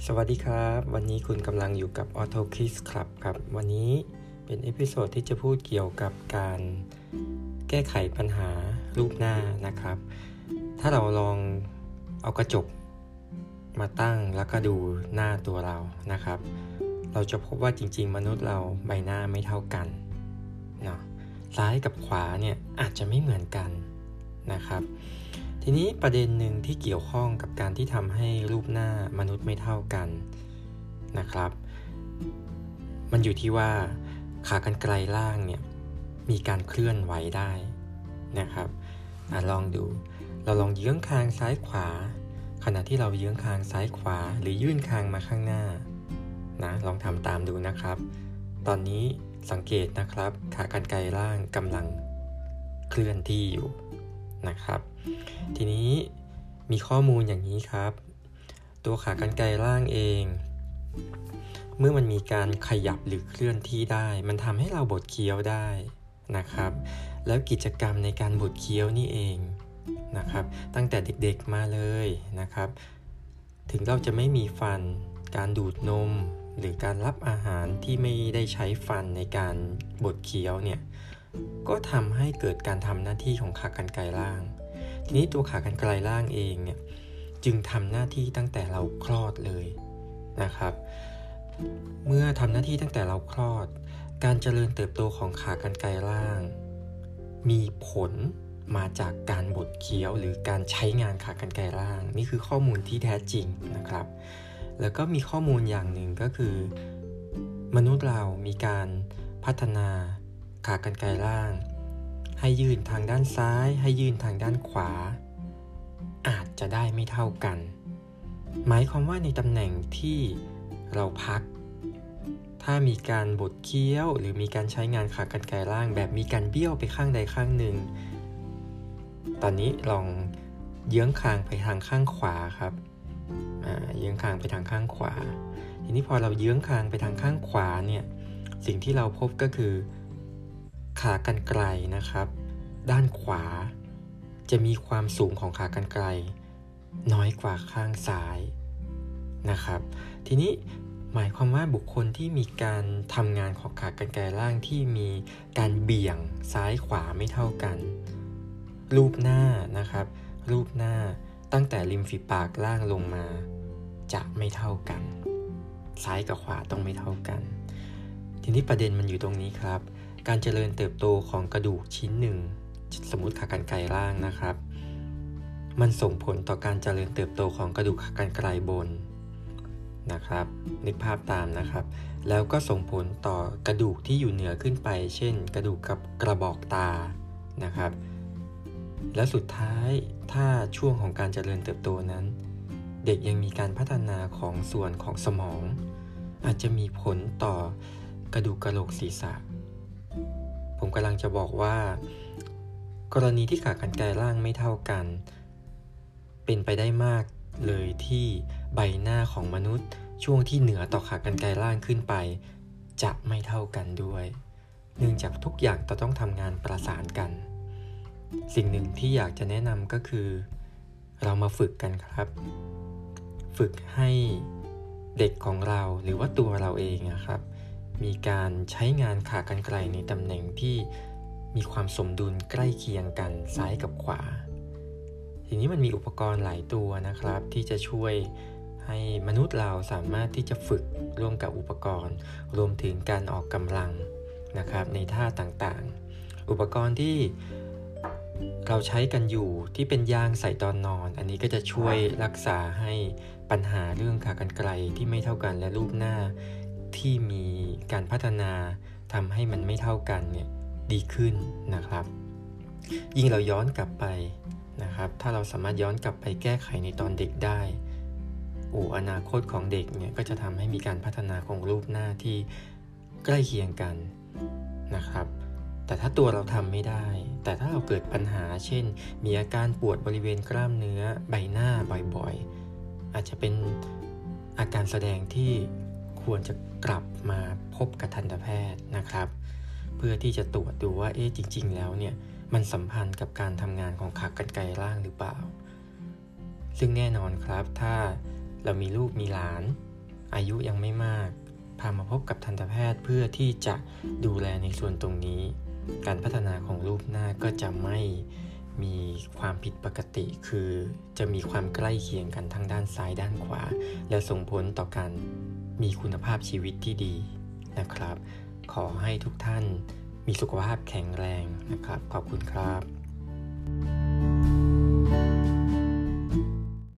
สวัสดีครับวันนี้คุณกำลังอยู่กับ Auto Kiss Club ครับวันนี้เป็นเอพิโซดที่จะพูดเกี่ยวกับการแก้ไขปัญหารูปหน้านะครับถ้าเราลองเอากระจกมาตั้งแล้วก็ดูหน้าตัวเรานะครับเราจะพบว่าจริงๆมนุษย์เราใบหน้าไม่เท่ากันเนาะซ้ายกับขวาเนี่ยอาจจะไม่เหมือนกันนะครับทีนี้ประเด็นหนึ่งที่เกี่ยวข้องกับการที่ทำให้รูปหน้ามนุษย์ไม่เท่ากันนะครับมันอยู่ที่ว่าขากรรไกรล่างเนี่ยมีการเคลื่อนไหวได้นะครับลองดูเราลองเยื้องคางซ้ายขวาขณะที่เราเยื้องคางซ้ายขวาหรือยื่นคางมาข้างหน้านะลองทำตามดูนะครับตอนนี้สังเกตนะครับขากรรไกรล่างกำลังเคลื่อนที่อยู่นะครับทีนี้มีข้อมูลอย่างนี้ครับตัวขากรรไกรล่างเองเมื่อมันมีการขยับหรือเคลื่อนที่ได้มันทำให้เราบดเคี้ยวได้นะครับแล้วกิจกรรมในการบดเคี้ยวนี่เองนะครับตั้งแต่เด็กๆมาเลยนะครับถึงเราจะไม่มีฟันการดูดนมหรือการรับอาหารที่ไม่ได้ใช้ฟันในการบดเคี้ยวเนี่ยก็ทำให้เกิดการทำหน้าที่ของขากรรไกรล่างทีนี้ตัวขากรรไกรล่างเองเนี่ยจึงทำหน้าที่ตั้งแต่เราคลอดเลยนะครับเมื่อทำหน้าที่ตั้งแต่เราคลอดการเจริญเติบโตของขากรรไกรล่างมีผลมาจากการบดเคี้ยวหรือการใช้งานขากรรไกรล่างนี่คือข้อมูลที่แท้จริงนะครับแล้วก็มีข้อมูลอย่างหนึ่งก็คือมนุษย์เรามีการพัฒนาขากรรไกรล่างให้ยื่นทางด้านซ้ายให้ยื่นทางด้านขวาอาจจะได้ไม่เท่ากันหมายความว่าในตำแหน่งที่เราพักถ้ามีการบดเคี้ยวหรือมีการใช้งานขากรรไกรล่างแบบมีการเบี้ยวไปข้างใดข้างหนึ่งตอนนี้ลองเยื้องคางไปทางข้างขวาครับเยื้องคางไปทางข้างขวาทีนี้พอเราเยื้องคางไปทางข้างขวาเนี่ยสิ่งที่เราพบก็คือขากรรไกรนะครับด้านขวาจะมีความสูงของขากรรไกรน้อยกว่าข้างซ้ายนะครับทีนี้หมายความว่าบุคคลที่มีการทำงานของขากรรไกรล่างที่มีการเบี่ยงซ้ายขวาไม่เท่ากันรูปหน้านะครับรูปหน้าตั้งแต่ริมฝีปากล่างลงมาจะไม่เท่ากันซ้ายกับขวาต้องไม่เท่ากันทีนี้ประเด็นมันอยู่ตรงนี้ครับการเจริญเติบโตของกระดูกชิ้นหนึ่งสมมุติขากรรไกรล่างนะครับมันส่งผลต่อการเจริญเติบโตของกระดูกขากรรไกรบนนะครับนึกภาพตามนะครับแล้วก็ส่งผลต่อกระดูกที่อยู่เหนือขึ้นไปเช่นกระดูกกับกระบอกตานะครับและสุดท้ายถ้าช่วงของการเจริญเติบโตนั้นเด็กยังมีการพัฒนาของส่วนของสมองอาจจะมีผลต่อกระดูกกะโหลกศีรษะผมกำลังจะบอกว่ากรณีที่ขากรรไกรล่างไม่เท่ากันเป็นไปได้มากเลยที่ใบหน้าของมนุษย์ช่วงที่เหนือต่อขากรรไกรล่างขึ้นไปจะไม่เท่ากันด้วยเนื่องจากทุกอย่างต้องทำงานประสานกันสิ่งหนึ่งที่อยากจะแนะนำก็คือเรามาฝึกกันครับฝึกให้เด็กของเราหรือว่าตัวเราเองนะครับมีการใช้งานขากรรไกรในตำแหน่งที่มีความสมดุลใกล้เคียงกันซ้ายกับขวาทีนี้มันมีอุปกรณ์หลายตัวนะครับที่จะช่วยให้มนุษย์เราสามารถที่จะฝึกร่วมกับอุปกรณ์รวมถึงการออกกำลังนะครับในท่าต่างๆอุปกรณ์ที่เราใช้กันอยู่ที่เป็นยางใส่ตอนนอนอันนี้ก็จะช่วยรักษาให้ปัญหาเรื่องขากรรไกรที่ไม่เท่ากันและรูปหน้าที่มีการพัฒนาทำให้มันไม่เท่ากันเนี่ยดีขึ้นนะครับยิ่งเราย้อนกลับไปนะครับถ้าเราสามารถย้อนกลับไปแก้ไขในตอนเด็กได้อนาคตของเด็กเนี่ยก็จะทำให้มีการพัฒนาของรูปหน้าที่ใกล้เคียงกันนะครับแต่ถ้าตัวเราทำไม่ได้แต่ถ้าเราเกิดปัญหาเช่นมีอาการปวดบริเวณกล้ามเนื้อใบหน้าบ่อยๆอาจจะเป็นอาการแสดงที่ควรจะกลับมาพบกับทันตแพทย์นะครับเพื่อที่จะตรวจดูว่าจริงๆแล้วเนี่ยมันสัมพันธ์กับการทำงานของขากรรไกรล่างหรือเปล่าซึ่งแน่นอนครับถ้าเรามีลูกมีหลานอายุยังไม่มากพามาพบกับทันตแพทย์เพื่อที่จะดูแลในส่วนตรงนี้การพัฒนาของรูปหน้าก็จะไม่มีความผิดปกติคือจะมีความใกล้เคียงกันทั้งด้านซ้ายด้านขวาและส่งผลต่อการมีคุณภาพชีวิตที่ดีนะครับขอให้ทุกท่านมีสุขภาพแข็งแรงนะครับขอบคุณครับ